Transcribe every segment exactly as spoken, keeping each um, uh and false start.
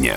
дня.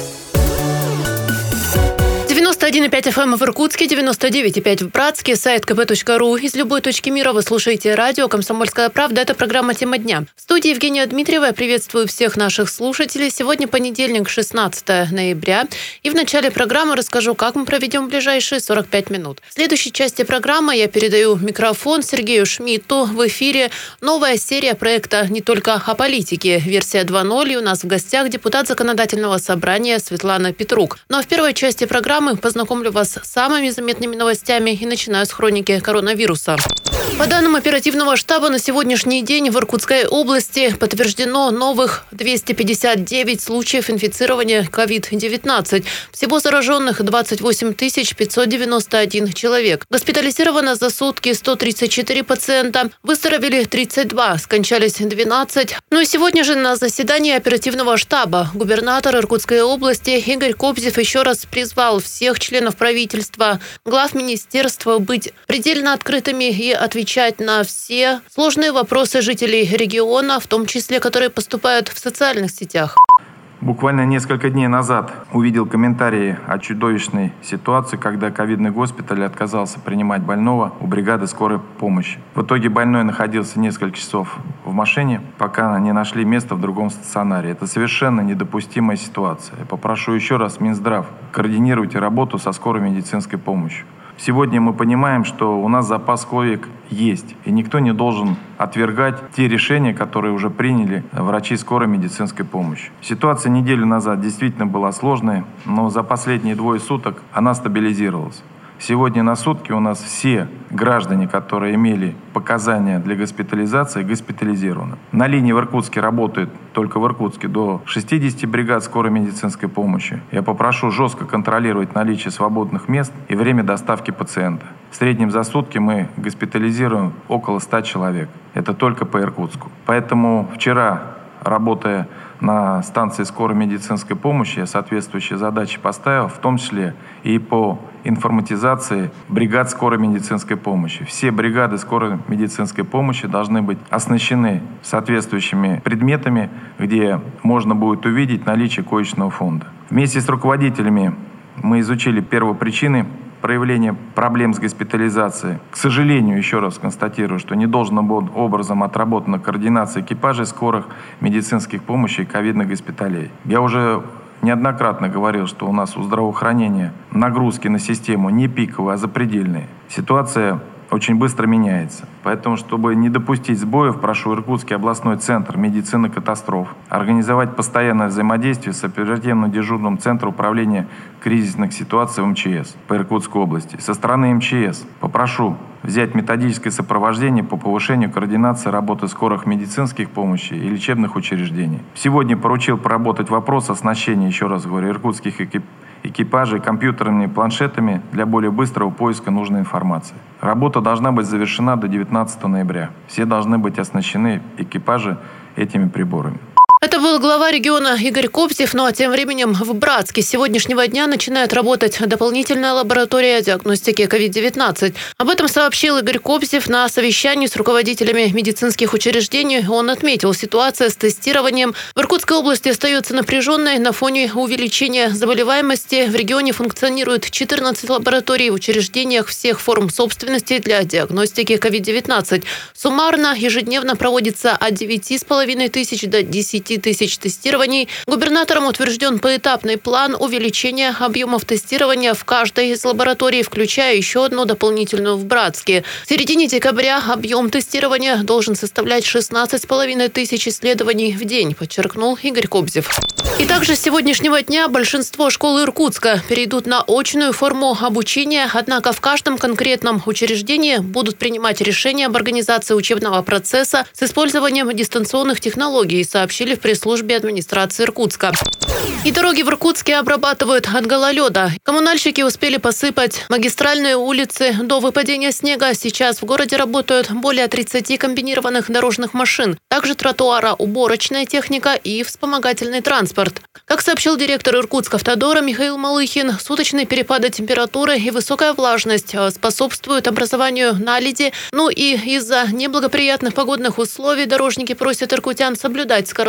девяносто один и пять эф эм в Иркутске, девяносто девять и пять в Братске, сайт ка пэ точка ру. Из любой точки мира вы слушаете радио «Комсомольская правда». Это программа «Тема дня». В студии Евгения Дмитриева. Я приветствую всех наших слушателей. Сегодня понедельник, шестнадцатое ноября. И в начале программы расскажу, как мы проведем ближайшие сорок пять минут. В следующей части программы я передаю микрофон Сергею Шмидту. В эфире новая серия проекта «Не только о политике». Версия два ноль. И у нас в гостях депутат Законодательного собрания Светлана Петрук. Ну а в первой части программы познакомлю вас с самыми заметными новостями и начинаю с хроники коронавируса. По данным оперативного штаба, на сегодняшний день в Иркутской области подтверждено новых двести пятьдесят девять случаев инфицирования ковид девятнадцать. Всего зараженных двадцать восемь тысяч пятьсот девяносто один человек. Госпитализировано за сутки сто тридцать четыре пациента, выздоровели тридцать два, скончались двенадцать. Ну и сегодня же на заседании оперативного штаба губернатор Иркутской области Игорь Кобзев еще раз призвал всех членов правительства, глав министерства быть предельно открытыми и отвечать на все сложные вопросы жителей региона, в том числе, которые поступают в социальных сетях. Буквально несколько дней назад увидел комментарии о чудовищной ситуации, когда ковидный госпиталь отказался принимать больного у бригады скорой помощи. В итоге больной находился несколько часов в машине, пока не нашли место в другом стационаре. Это совершенно недопустимая ситуация. Я попрошу еще раз Минздрав, координируйте работу со скорой медицинской помощью. Сегодня мы понимаем, что у нас запас коек есть, и никто не должен отвергать те решения, которые уже приняли врачи скорой медицинской помощи. Ситуация неделю назад действительно была сложной, но за последние двое суток она стабилизировалась. Сегодня на сутки у нас все граждане, которые имели показания для госпитализации, госпитализированы. На линии в Иркутске работает только в Иркутске до шестидесяти бригад скорой медицинской помощи. Я попрошу жестко контролировать наличие свободных мест и время доставки пациента. В среднем за сутки мы госпитализируем около ста человек. Это только по Иркутску. Поэтому вчера, работая на станции скорой медицинской помощи, я соответствующие задачи поставил, в том числе и по информатизации бригад скорой медицинской помощи. Все бригады скорой медицинской помощи должны быть оснащены соответствующими предметами, где можно будет увидеть наличие коечного фонда. Вместе с руководителями мы изучили первопричины проявления проблем с госпитализацией. К сожалению, еще раз констатирую, что не должным образом отработана координация экипажей скорых медицинских помощи и ковидных госпиталей. Я уже неоднократно говорил, что у нас у здравоохранения нагрузки на систему не пиковые, а запредельные. Ситуация очень быстро меняется. Поэтому, чтобы не допустить сбоев, прошу Иркутский областной центр медицины катастроф организовать постоянное взаимодействие с оперативно-дежурным центром управления кризисных ситуаций в эм че эс по Иркутской области. Со стороны эм че эс попрошу взять методическое сопровождение по повышению координации работы скорых медицинских помощи и лечебных учреждений. Сегодня поручил проработать вопрос оснащения, еще раз говорю, иркутских экипажей экипажей компьютерными планшетами для более быстрого поиска нужной информации. Работа должна быть завершена до девятнадцатого ноября. Все должны быть оснащены экипажи этими приборами. Это был глава региона Игорь Кобзев. Ну а тем временем в Братске с сегодняшнего дня начинает работать дополнительная лаборатория диагностики ковид девятнадцать. Об этом сообщил Игорь Кобзев на совещании с руководителями медицинских учреждений. Он отметил, ситуация с тестированием в Иркутской области остается напряженной на фоне увеличения заболеваемости. В регионе функционирует четырнадцать лабораторий в учреждениях всех форм собственности для диагностики ковид девятнадцать. Суммарно ежедневно проводится от девяти с половиной тысяч до десяти тысяч тестирований. Губернатором утвержден поэтапный план увеличения объемов тестирования в каждой из лабораторий, включая еще одну дополнительную в Братске. В середине декабря объем тестирования должен составлять шестнадцать с половиной тысяч исследований в день, подчеркнул Игорь Кобзев. И также с сегодняшнего дня большинство школ Иркутска перейдут на очную форму обучения, однако в каждом конкретном учреждении будут принимать решения об организации учебного процесса с использованием дистанционных технологий, сообщили в пресс-службе администрации Иркутска. И дороги в Иркутске обрабатывают от гололеда. Коммунальщики успели посыпать магистральные улицы до выпадения снега. Сейчас в городе работают более тридцати комбинированных дорожных машин. Также тротуара, уборочная техника и вспомогательный транспорт. Как сообщил директор Иркутскавтодора Михаил Малыхин, суточные перепады температуры и высокая влажность способствуют образованию наледи. Ну и из-за неблагоприятных погодных условий дорожники просят иркутян соблюдать скоростной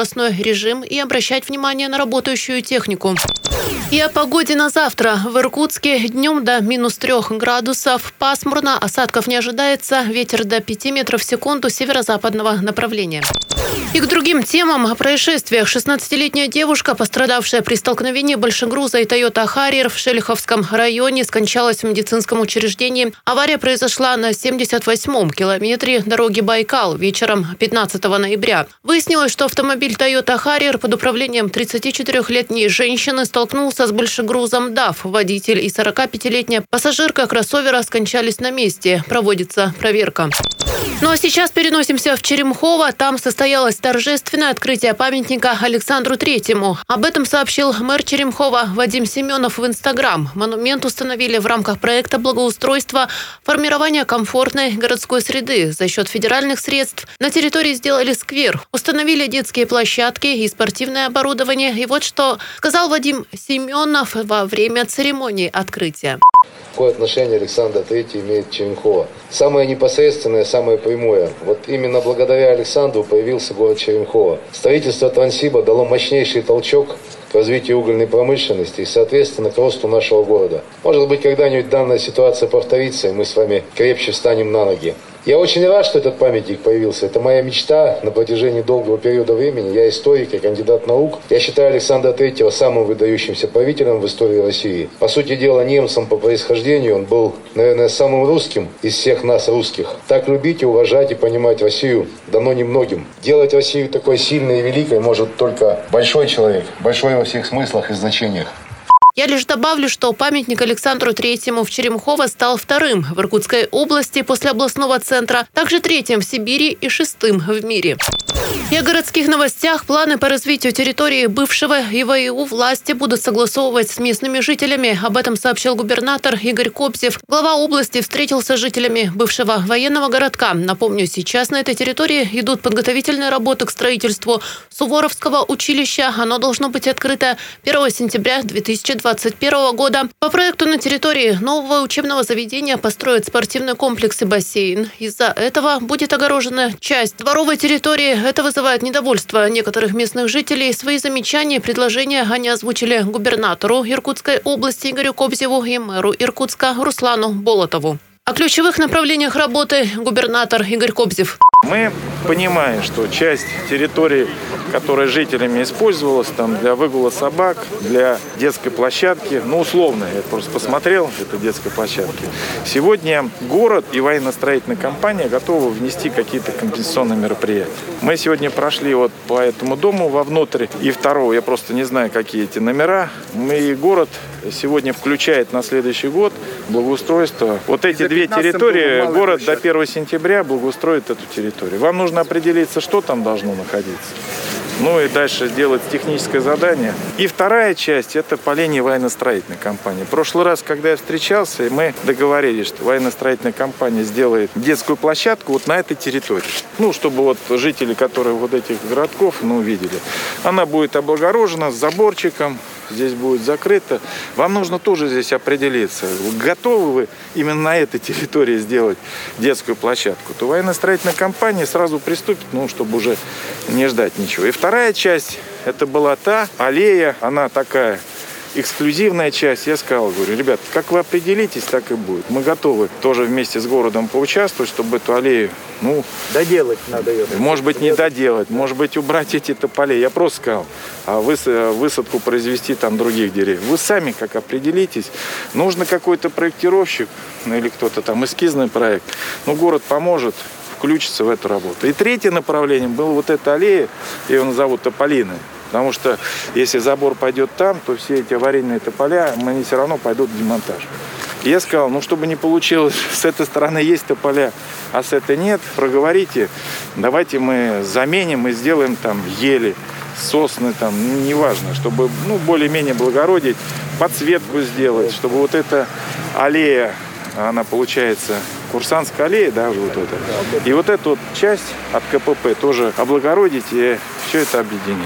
режим и обращать внимание на работающую технику. И о погоде на завтра. В Иркутске днем до минус трех градусов. Пасмурно, осадков не ожидается. Ветер до пяти метров в секунду северо-западного направления. И к другим темам о происшествиях. шестнадцатилетняя девушка, пострадавшая при столкновении большегруза и Toyota Harrier в Шелиховском районе, скончалась в медицинском учреждении. Авария произошла на семьдесят восьмом километре дороги Байкал вечером пятнадцатого ноября. Выяснилось, что автомобиль Toyota Harrier под управлением тридцатичетырёхлетней женщины столкнулся с большегрузом даф. Водитель и сорокапятилетняя пассажирка кроссовера скончались на месте. Проводится проверка. Ну а сейчас переносимся в Черемхово. Там состоялось торжественное открытие памятника Александру Третьему. Об этом сообщил мэр Черемхова Вадим Семенов в Инстаграм. Монумент установили в рамках проекта благоустройства формирования комфортной городской среды. За счет федеральных средств на территории сделали сквер, установили детские площадки и спортивное оборудование. И вот что сказал Вадим Семенов во время церемонии открытия. Какое отношение Александр Третий имеет к Черемхово? Самое непосредственное, самое прямое. Вот именно благодаря Александру появился город Черемхово. Строительство Транссиба дало мощнейший толчок к развитию угольной промышленности и, соответственно, к росту нашего города. Может быть, когда-нибудь данная ситуация повторится, и мы с вами крепче встанем на ноги. Я очень рад, что этот памятник появился. Это моя мечта на протяжении долгого периода времени. Я историк и кандидат наук. Я считаю Александра Третьего самым выдающимся правителем в истории России. По сути дела, немцем по происхождению он был, наверное, самым русским из всех нас русских. Так любить и уважать и понимать Россию дано немногим. Делать Россию такой сильной и великой может только большой человек, большой во всех смыслах и значениях. Я лишь добавлю, что памятник Александру Третьему в Черемхово стал вторым в Иркутской области после областного центра, также третьим в Сибири и шестым в мире. И о городских новостях. Планы по развитию территории бывшего ИВАИУ власти будут согласовывать с местными жителями. Об этом сообщил губернатор Игорь Кобзев. Глава области встретился с жителями бывшего военного городка. Напомню, сейчас на этой территории идут подготовительные работы к строительству Суворовского училища. Оно должно быть открыто первого сентября две тысячи двадцать первого года. По проекту на территории нового учебного заведения построят спортивный комплекс и бассейн. Из-за этого будет огорожена часть дворовой территории. Это вызывает недовольство некоторых местных жителей. Свои замечания и предложения они озвучили губернатору Иркутской области Игорю Кобзеву и мэру Иркутска Руслану Болотову. О ключевых направлениях работы губернатор Игорь Кобзев. Мы понимаем, что часть территории, которая жителями использовалась там, для выгула собак, для детской площадки, ну условно, я просто посмотрел, это детской площадки. Сегодня город и военно-строительная компания готовы внести какие-то компенсационные мероприятия. Мы сегодня прошли вот по этому дому вовнутрь, и второго, я просто не знаю, какие эти номера. Мы и город сегодня включает на следующий год благоустройство. Вот эти две территории, город до первого сентября благоустроит эту территорию. Вам нужно определиться, что там должно находиться. Ну и дальше сделать техническое задание. И вторая часть – это по линии военно-строительной компании. В прошлый раз, когда я встречался, мы договорились, что военно-строительная компания сделает детскую площадку вот на этой территории. Ну, чтобы вот жители, которые вот этих городков, ну, увидели. Она будет облагорожена с заборчиком. Здесь будет закрыто. Вам нужно тоже здесь определиться, готовы вы именно на этой территории сделать детскую площадку. То военно-строительная компания сразу приступит, ну, чтобы уже не ждать ничего. И вторая часть, это была та аллея, она такая эксклюзивная часть. Я сказал, говорю, ребят, как вы определитесь, так и будет. Мы готовы тоже вместе с городом поучаствовать, чтобы эту аллею, ну... Доделать надо ее. Может быть, не доделать, может быть, убрать эти тополей. Я просто сказал, а высадку произвести там других деревьев. Вы сами как определитесь. Нужно какой-то проектировщик, ну, или кто-то там, эскизный проект. Ну, город поможет, включится в эту работу. И третье направление было вот эта аллея, ее назовут тополиной. Потому что если забор пойдет там, то все эти аварийные тополя, они все равно пойдут в демонтаж. И я сказал, ну, чтобы не получилось, с этой стороны есть тополя, а с этой нет, проговорите, давайте мы заменим и сделаем там ели, сосны, там, неважно, чтобы, ну, более-менее благородить, подсветку сделать, чтобы вот эта аллея, она получается Курсантская аллея, да, вот это. И вот эту вот часть от КПП тоже облагородить и все это объединить.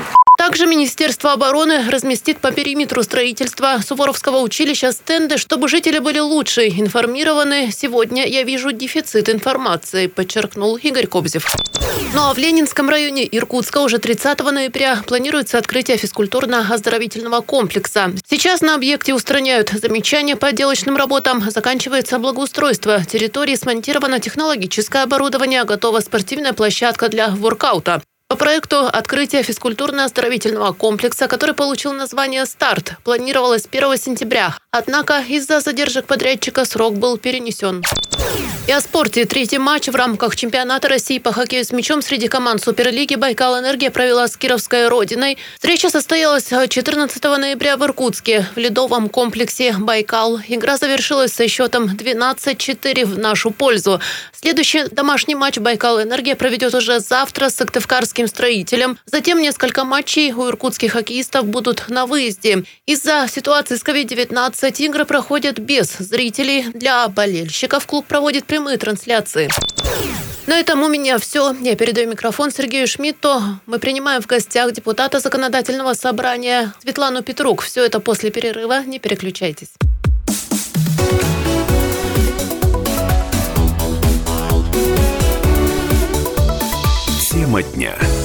Также Министерство обороны разместит по периметру строительства Суворовского училища стенды, чтобы жители были лучше информированы. Сегодня я вижу дефицит информации, подчеркнул Игорь Кобзев. Ну а в Ленинском районе Иркутска уже тридцатого ноября планируется открытие физкультурно-оздоровительного комплекса. Сейчас на объекте устраняют замечания по отделочным работам, заканчивается благоустройство территории, смонтировано технологическое оборудование, готова спортивная площадка для воркаута. По проекту открытия физкультурно-оздоровительного комплекса, который получил название «Старт», планировалось первого сентября. Однако из-за задержек подрядчика срок был перенесен. И о спорте. Третий матч в рамках чемпионата России по хоккею с мячом среди команд Суперлиги «Байкал-Энергия» провела с Кировской «Родиной». Встреча состоялась четырнадцатого ноября в Иркутске в ледовом комплексе «Байкал». Игра завершилась со счетом двенадцать четыре в нашу пользу. Следующий домашний матч «Байкал-Энергия» проведет уже завтра с Сыктывкарским «Строителем». Затем несколько матчей у иркутских хоккеистов будут на выезде. Из-за ситуации с ковид девятнадцать игры проходят без зрителей. Для болельщиков клуб проводит прямые трансляции. На этом у меня все. Я передаю микрофон Сергею Шмидту. Мы принимаем в гостях депутата Законодательного собрания Светлану Петрук. Все это после перерыва. Не переключайтесь. Тема дня.